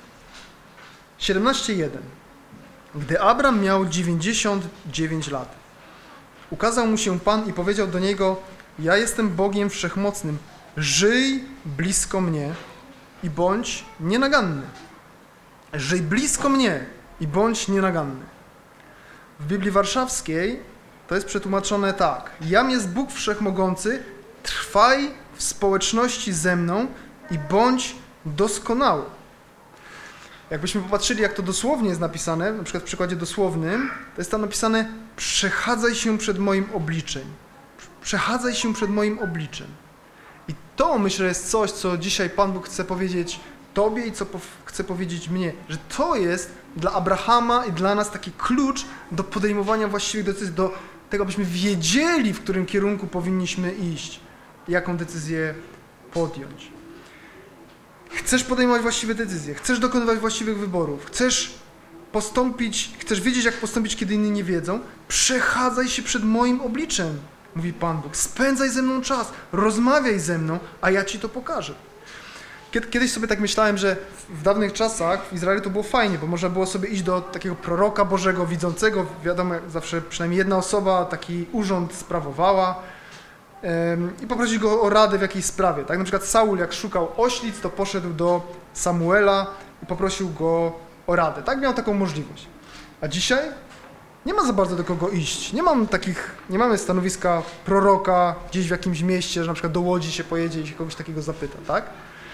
17:1. Gdy Abram miał 99 lat, ukazał mu się Pan i powiedział do niego, ja jestem Bogiem Wszechmocnym, żyj blisko mnie i bądź nienaganny. Żyj blisko mnie i bądź nienaganny. W Biblii Warszawskiej to jest przetłumaczone tak. Jam jest Bóg Wszechmogący, trwaj w społeczności ze mną i bądź doskonały. Jakbyśmy popatrzyli, jak to dosłownie jest napisane, na przykład w przykładzie dosłownym, to jest tam napisane przechadzaj się przed moim obliczem. Przechadzaj się przed moim obliczem. I to, myślę, jest coś, co dzisiaj Pan Bóg chce powiedzieć Tobie i co chce powiedzieć mnie, że to jest dla Abrahama i dla nas taki klucz do podejmowania właściwych decyzji, do tego, abyśmy wiedzieli, w którym kierunku powinniśmy iść, jaką decyzję podjąć. Chcesz podejmować właściwe decyzje, chcesz dokonywać właściwych wyborów, chcesz wiedzieć, jak postąpić, kiedy inni nie wiedzą, przechadzaj się przed moim obliczem, mówi Pan Bóg, spędzaj ze mną czas, rozmawiaj ze mną, a ja Ci to pokażę. Kiedyś sobie tak myślałem, że w dawnych czasach w Izraelu to było fajnie, bo można było sobie iść do takiego proroka Bożego, widzącego, wiadomo, zawsze przynajmniej jedna osoba taki urząd sprawowała i poprosić go o radę w jakiejś sprawie. Tak? Na przykład Saul, jak szukał oślic, to poszedł do Samuela i poprosił go o radę. Tak? Miał taką możliwość. A dzisiaj nie ma za bardzo do kogo iść. Nie mamy stanowiska proroka gdzieś w jakimś mieście, że na przykład do Łodzi się pojedzie i się kogoś takiego zapyta, tak?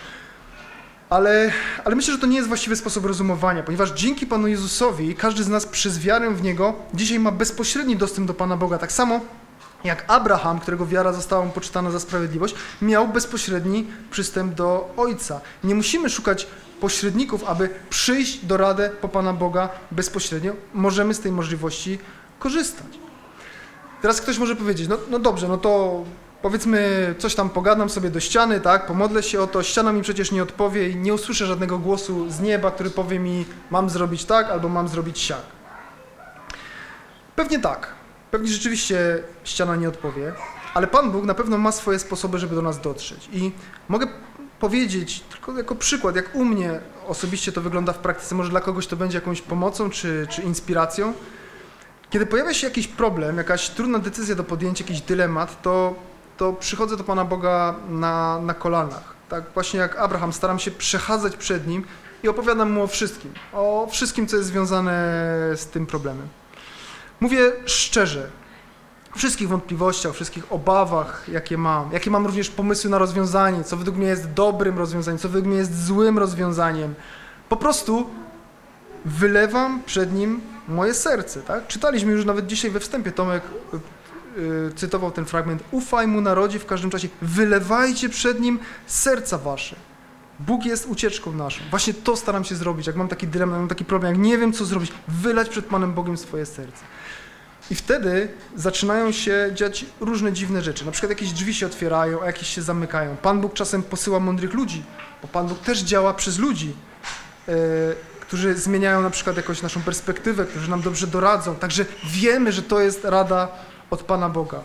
Ale myślę, że to nie jest właściwy sposób rozumowania, ponieważ dzięki Panu Jezusowi każdy z nas przez wiarę w Niego dzisiaj ma bezpośredni dostęp do Pana Boga. Tak samo jak Abraham, którego wiara została mu poczytana za sprawiedliwość, miał bezpośredni przystęp do Ojca. Nie musimy szukać pośredników, aby przyjść do rady po Pana Boga bezpośrednio. Możemy z tej możliwości korzystać. Teraz ktoś może powiedzieć, no dobrze, no to powiedzmy coś tam pogadam sobie do ściany, tak, pomodlę się o to, ściana mi przecież nie odpowie i nie usłyszę żadnego głosu z nieba, który powie mi mam zrobić tak albo mam zrobić siak. Pewnie tak, pewnie rzeczywiście ściana nie odpowie, ale Pan Bóg na pewno ma swoje sposoby, żeby do nas dotrzeć i mogę powiedzieć, tylko jako przykład, jak u mnie osobiście to wygląda w praktyce, może dla kogoś to będzie jakąś pomocą czy inspiracją. Kiedy pojawia się jakiś problem, jakaś trudna decyzja do podjęcia, jakiś dylemat, to przychodzę do Pana Boga na kolanach. Tak właśnie jak Abraham, staram się przechadzać przed Nim i opowiadam Mu o wszystkim, co jest związane z tym problemem. Mówię szczerze, o wszystkich wątpliwościach, o wszystkich obawach, jakie mam również pomysły na rozwiązanie, co według mnie jest dobrym rozwiązaniem, co według mnie jest złym rozwiązaniem. Po prostu wylewam przed Nim moje serce, tak? Czytaliśmy już nawet dzisiaj we wstępie, Tomek cytował ten fragment. Ufaj Mu narodzie w każdym czasie, wylewajcie przed Nim serca wasze. Bóg jest ucieczką naszą. Właśnie to staram się zrobić, jak mam taki dylemat, mam taki problem, jak nie wiem co zrobić, wylać przed Panem Bogiem swoje serce. I wtedy zaczynają się dziać różne dziwne rzeczy. Na przykład jakieś drzwi się otwierają, a jakieś się zamykają. Pan Bóg czasem posyła mądrych ludzi, bo Pan Bóg też działa przez ludzi, którzy zmieniają na przykład jakąś naszą perspektywę, którzy nam dobrze doradzą. Także wiemy, że to jest rada od Pana Boga.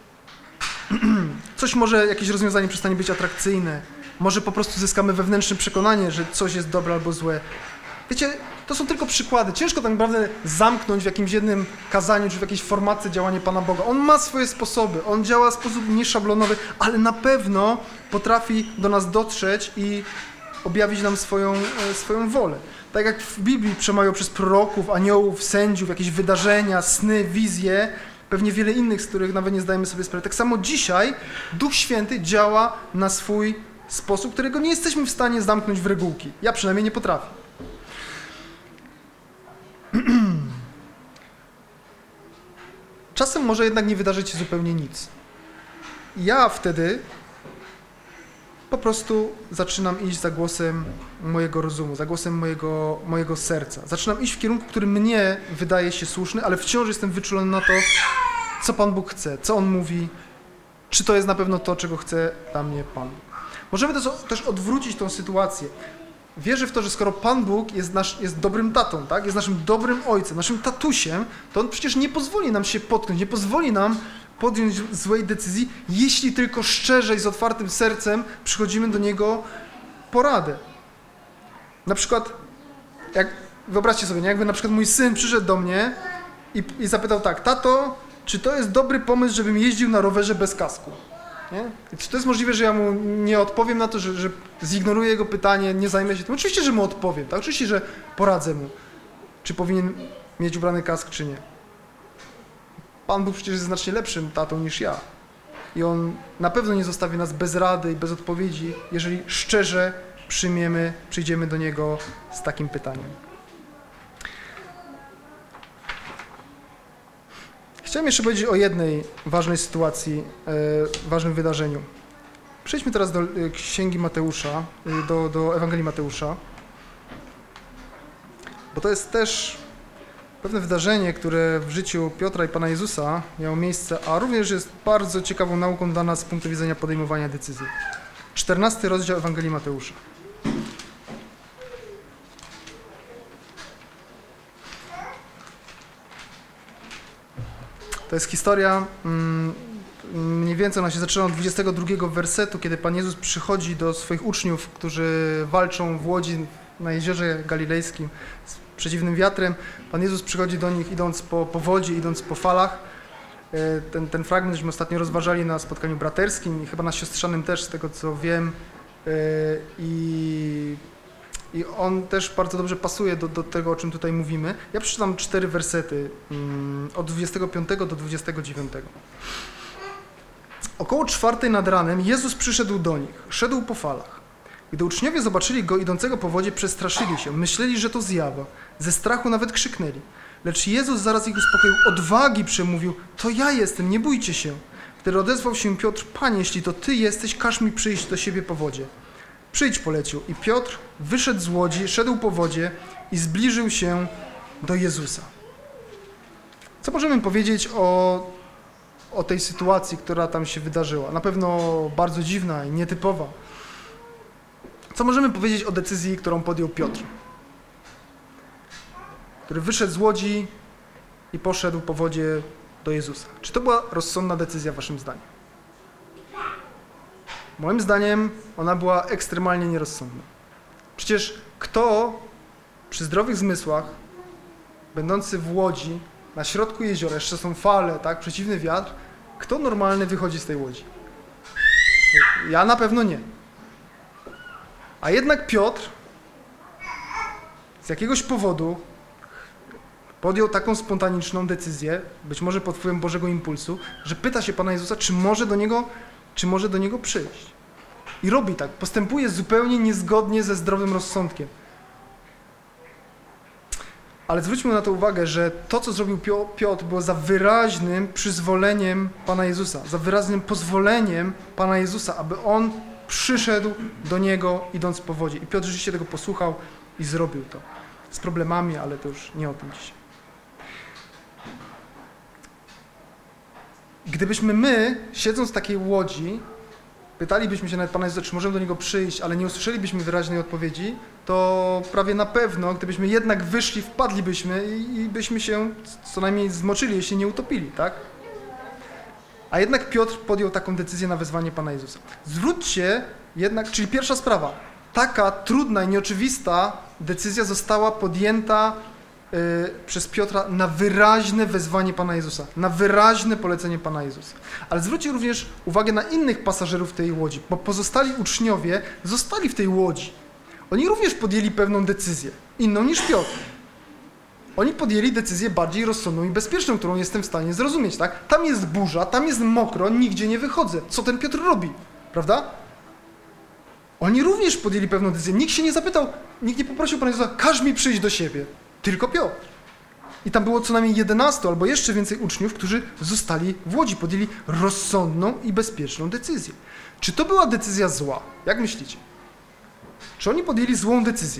Jakieś rozwiązanie przestanie być atrakcyjne. Może po prostu zyskamy wewnętrzne przekonanie, że coś jest dobre albo złe. Wiecie, to są tylko przykłady. Ciężko tak naprawdę zamknąć w jakimś jednym kazaniu czy w jakiejś formacji działanie Pana Boga. On ma swoje sposoby, On działa w sposób nieszablonowy, ale na pewno potrafi do nas dotrzeć i objawić nam swoją wolę. Tak jak w Biblii przemawiał przez proroków, aniołów, sędziów, jakieś wydarzenia, sny, wizje, pewnie wiele innych, z których nawet nie zdajemy sobie sprawy. Tak samo dzisiaj Duch Święty działa na swój sposób, którego nie jesteśmy w stanie zamknąć w regułki. Ja przynajmniej nie potrafię. Czasem może jednak nie wydarzyć się zupełnie nic. Ja wtedy po prostu zaczynam iść za głosem mojego rozumu, za głosem mojego serca. Zaczynam iść w kierunku, który mnie wydaje się słuszny, ale wciąż jestem wyczulony na to, co Pan Bóg chce, co On mówi, czy to jest na pewno to, czego chce dla mnie Pan Bóg. Możemy też odwrócić tą sytuację. Wierzę w to, że skoro Pan Bóg jest dobrym tatą, tak? Jest naszym dobrym ojcem, naszym tatusiem, to On przecież nie pozwoli nam się potknąć, nie pozwoli nam podjąć złej decyzji, jeśli tylko szczerze i z otwartym sercem przychodzimy do Niego po radę. Na przykład, wyobraźcie sobie, jakby na przykład mój syn przyszedł do mnie i zapytał tak, tato, czy to jest dobry pomysł, żebym jeździł na rowerze bez kasku? Nie? Czy to jest możliwe, że ja mu nie odpowiem na to, że zignoruję jego pytanie, nie zajmę się tym? Oczywiście, że mu odpowiem, tak? Oczywiście, że poradzę mu, czy powinien mieć ubrany kask, czy nie. Pan Bóg przecież jest znacznie lepszym tatą niż ja. I On na pewno nie zostawi nas bez rady i bez odpowiedzi, jeżeli szczerze przyjdziemy do Niego z takim pytaniem. Chciałem jeszcze powiedzieć o jednej ważnej sytuacji, ważnym wydarzeniu. Przejdźmy teraz do Księgi Mateusza, do Ewangelii Mateusza, bo to jest też pewne wydarzenie, które w życiu Piotra i Pana Jezusa miało miejsce, a również jest bardzo ciekawą nauką dla nas z punktu widzenia podejmowania decyzji. 14 rozdział Ewangelii Mateusza. To jest historia, mniej więcej ona się zaczyna od 22 wersetu, kiedy Pan Jezus przychodzi do swoich uczniów, którzy walczą w łodzi na jeziorze galilejskim z przeciwnym wiatrem. Pan Jezus przychodzi do nich idąc po wodzie, idąc po falach ten fragment, żeśmy ostatnio rozważali na spotkaniu braterskim i chyba na siostrzanym też, z tego co wiem. I on też bardzo dobrze pasuje do tego, o czym tutaj mówimy. Ja przeczytam 4 wersety od 25 do 29. Około 4 nad ranem Jezus przyszedł do nich, szedł po falach. Gdy uczniowie zobaczyli Go idącego po wodzie, przestraszyli się, myśleli, że to zjawa. Ze strachu nawet krzyknęli. Lecz Jezus zaraz ich uspokoił, odwagi przemówił, to ja jestem, nie bójcie się. Wtedy odezwał się Piotr, Panie, jeśli to Ty jesteś, każ mi przyjść do siebie po wodzie. Przyjdź, polecił. I Piotr wyszedł z łodzi, szedł po wodzie i zbliżył się do Jezusa. Co możemy powiedzieć o tej sytuacji, która tam się wydarzyła? Na pewno bardzo dziwna i nietypowa. Co możemy powiedzieć o decyzji, którą podjął Piotr? Który wyszedł z łodzi i poszedł po wodzie do Jezusa. Czy to była rozsądna decyzja waszym zdaniem? Moim zdaniem ona była ekstremalnie nierozsądna. Przecież kto przy zdrowych zmysłach, będący w łodzi, na środku jeziora, jeszcze są fale, tak, przeciwny wiatr, kto normalny wychodzi z tej łodzi? Ja na pewno nie. A jednak Piotr z jakiegoś powodu podjął taką spontaniczną decyzję, być może pod wpływem Bożego impulsu, że pyta się Pana Jezusa, czy może do Niego przyjść. I robi tak, postępuje zupełnie niezgodnie ze zdrowym rozsądkiem. Ale zwróćmy na to uwagę, że to, co zrobił Piotr, było za wyraźnym przyzwoleniem Pana Jezusa, za wyraźnym pozwoleniem Pana Jezusa, aby On przyszedł do Niego, idąc po wodzie. I Piotr rzeczywiście tego posłuchał i zrobił to. Z problemami, ale to już nie o tym dzisiaj. Gdybyśmy my, siedząc w takiej łodzi, pytalibyśmy się nawet Pana Jezusa, czy możemy do Niego przyjść, ale nie usłyszelibyśmy wyraźnej odpowiedzi, to prawie na pewno, gdybyśmy jednak wyszli, wpadlibyśmy i byśmy się co najmniej zmoczyli, jeśli nie utopili, tak? A jednak Piotr podjął taką decyzję na wezwanie Pana Jezusa. Zwróćcie jednak, czyli pierwsza sprawa, taka trudna i nieoczywista decyzja została podjęta przez Piotra na wyraźne wezwanie Pana Jezusa, na wyraźne polecenie Pana Jezusa. Ale zwróćcie również uwagę na innych pasażerów tej łodzi, bo pozostali uczniowie zostali w tej łodzi. Oni również podjęli pewną decyzję, inną niż Piotr. Oni podjęli decyzję bardziej rozsądną i bezpieczną, którą jestem w stanie zrozumieć, tak? Tam jest burza, tam jest mokro, nigdzie nie wychodzę. Co ten Piotr robi? Prawda? Oni również podjęli pewną decyzję. Nikt się nie zapytał, nikt nie poprosił Pana Jezusa, każ mi przyjść do siebie. Tylko Piotr. I tam było co najmniej 11 albo jeszcze więcej uczniów, którzy zostali w łodzi, podjęli rozsądną i bezpieczną decyzję. Czy to była decyzja zła? Jak myślicie? Czy oni podjęli złą decyzję?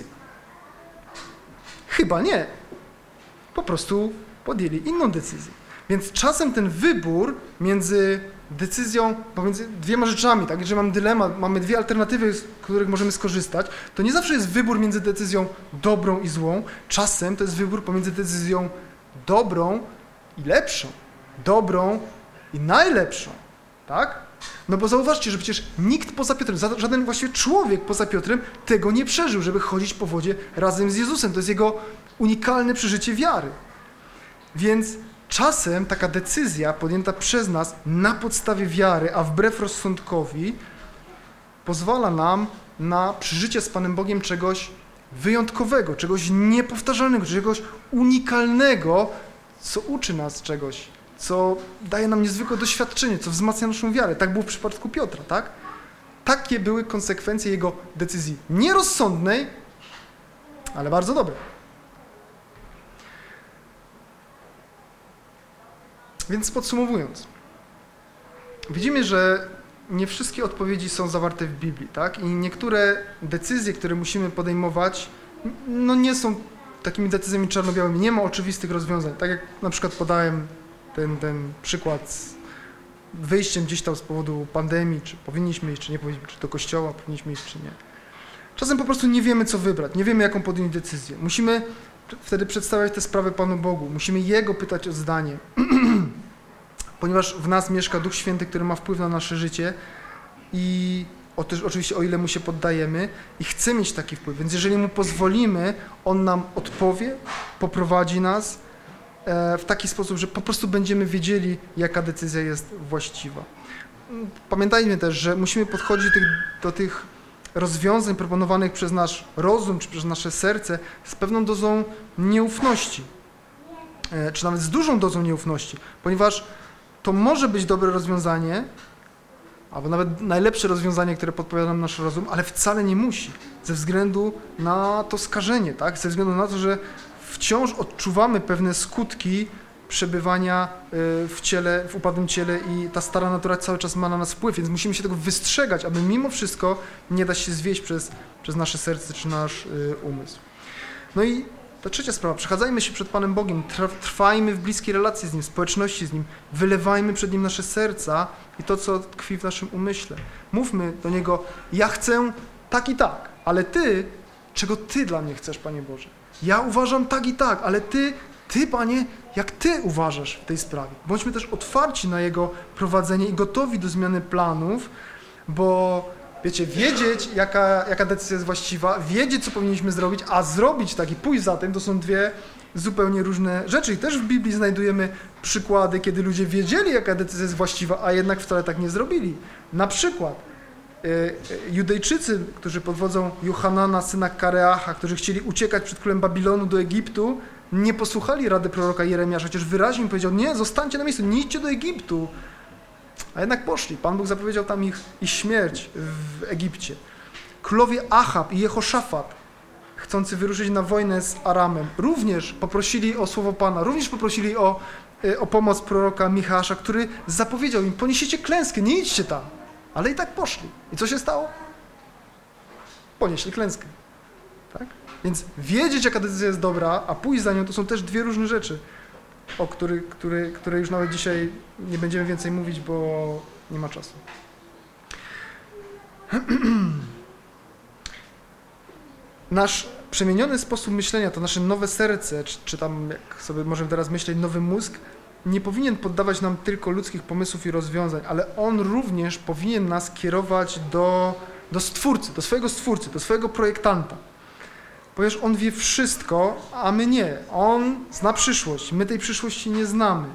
Chyba nie. Po prostu podjęli inną decyzję. Więc czasem ten wybór między decyzją, pomiędzy dwiema rzeczami, tak, jeżeli mamy dylemat, mamy dwie alternatywy, z których możemy skorzystać, to nie zawsze jest wybór między decyzją dobrą i złą, czasem to jest wybór pomiędzy decyzją dobrą i lepszą, dobrą i najlepszą, tak? No bo zauważcie, że przecież nikt poza Piotrem, żaden właściwie człowiek poza Piotrem tego nie przeżył, żeby chodzić po wodzie razem z Jezusem. To jest jego unikalne przeżycie wiary. Więc czasem taka decyzja podjęta przez nas na podstawie wiary, a wbrew rozsądkowi, pozwala nam na przeżycie z Panem Bogiem czegoś wyjątkowego, czegoś niepowtarzalnego, czegoś unikalnego, co uczy nas czegoś, co daje nam niezwykłe doświadczenie, co wzmacnia naszą wiarę. Tak było w przypadku Piotra, tak? Takie były konsekwencje jego decyzji nierozsądnej, ale bardzo dobrej. Więc podsumowując, widzimy, że nie wszystkie odpowiedzi są zawarte w Biblii, tak? I niektóre decyzje, które musimy podejmować, no nie są takimi decyzjami czarno-białymi, nie ma oczywistych rozwiązań. Tak jak na przykład podałem ten przykład z wyjściem gdzieś tam z powodu pandemii, czy powinniśmy iść, czy nie powinniśmy, czy do kościoła powinniśmy iść, czy nie. Czasem po prostu nie wiemy, co wybrać, nie wiemy, jaką podjąć decyzję. Musimy wtedy przedstawiać tę sprawę Panu Bogu, musimy Jego pytać o zdanie, ponieważ w nas mieszka Duch Święty, który ma wpływ na nasze życie i oczywiście o ile Mu się poddajemy i chce mieć taki wpływ, więc jeżeli Mu pozwolimy, On nam odpowie, poprowadzi nas w taki sposób, że po prostu będziemy wiedzieli, jaka decyzja jest właściwa. Pamiętajmy też, że musimy podchodzić do tych rozwiązań proponowanych przez nasz rozum czy przez nasze serce z pewną dozą nieufności, czy nawet z dużą dozą nieufności, ponieważ to może być dobre rozwiązanie, albo nawet najlepsze rozwiązanie, które podpowiada nam nasz rozum, ale wcale nie musi, ze względu na to skażenie, tak? Ze względu na to, że wciąż odczuwamy pewne skutki przebywania w ciele, w upadłym ciele i ta stara natura cały czas ma na nas wpływ, więc musimy się tego wystrzegać, aby mimo wszystko nie dać się zwieść przez nasze serce czy nasz umysł. No i ta trzecia sprawa, przechadzajmy się przed Panem Bogiem, trwajmy w bliskiej relacji z Nim, społeczności z Nim, wylewajmy przed Nim nasze serca i to, co tkwi w naszym umyśle. Mówmy do Niego, ja chcę tak i tak, ale Ty, czego Ty dla mnie chcesz, Panie Boże? Ja uważam tak i tak, ale Ty, Panie, jak Ty uważasz w tej sprawie? Bądźmy też otwarci na Jego prowadzenie i gotowi do zmiany planów, bo wiecie, wiedzieć, jaka decyzja jest właściwa, wiedzieć, co powinniśmy zrobić, a zrobić tak i pójść za tym, to są dwie zupełnie różne rzeczy. I też w Biblii znajdujemy przykłady, kiedy ludzie wiedzieli, jaka decyzja jest właściwa, a jednak wcale tak nie zrobili. Na przykład Judejczycy, którzy pod wodzą Johanana, syna Kareacha, którzy chcieli uciekać przed królem Babilonu do Egiptu, nie posłuchali rady proroka Jeremiasza, chociaż wyraźnie im powiedział, nie, zostańcie na miejscu, nie idźcie do Egiptu. A jednak poszli. Pan Bóg zapowiedział tam ich śmierć w Egipcie. Królowie Achab i Jehoszafat, chcący wyruszyć na wojnę z Aramem, również poprosili o słowo Pana, również poprosili o pomoc proroka Michała, który zapowiedział im, poniesiecie klęskę, nie idźcie tam. Ale i tak poszli. I co się stało? Ponieśli klęskę. Tak? Więc wiedzieć, jaka decyzja jest dobra, a pójść za nią, to są też dwie różne rzeczy, o które już nawet dzisiaj nie będziemy więcej mówić, bo nie ma czasu. Nasz przemieniony sposób myślenia, to nasze nowe serce, czy tam, jak sobie możemy teraz myśleć, nowy mózg, nie powinien poddawać nam tylko ludzkich pomysłów i rozwiązań, ale on również powinien nas kierować do Stwórcy, do swojego projektanta. Ponieważ On wie wszystko, a my nie. On zna przyszłość, my tej przyszłości nie znamy.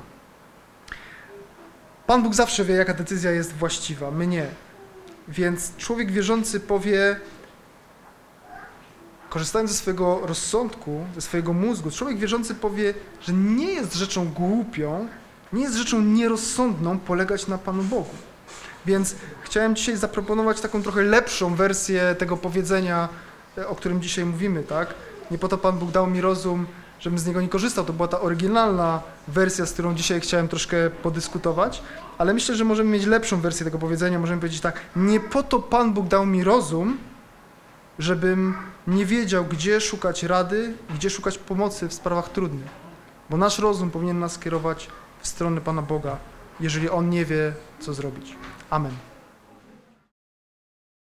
Pan Bóg zawsze wie, jaka decyzja jest właściwa, my nie. Więc człowiek wierzący powie, korzystając ze swojego rozsądku, ze swojego mózgu, człowiek wierzący powie, że nie jest rzeczą głupią, nie jest rzeczą nierozsądną polegać na Panu Bogu. Więc chciałem dzisiaj zaproponować taką trochę lepszą wersję tego powiedzenia, o którym dzisiaj mówimy, tak? Nie po to Pan Bóg dał mi rozum, żebym z niego nie korzystał. To była ta oryginalna wersja, z którą dzisiaj chciałem troszkę podyskutować, ale myślę, że możemy mieć lepszą wersję tego powiedzenia. Możemy powiedzieć tak, nie po to Pan Bóg dał mi rozum, żebym nie wiedział, gdzie szukać rady, gdzie szukać pomocy w sprawach trudnych. Bo nasz rozum powinien nas kierować w stronę Pana Boga, jeżeli On nie wie, co zrobić. Amen.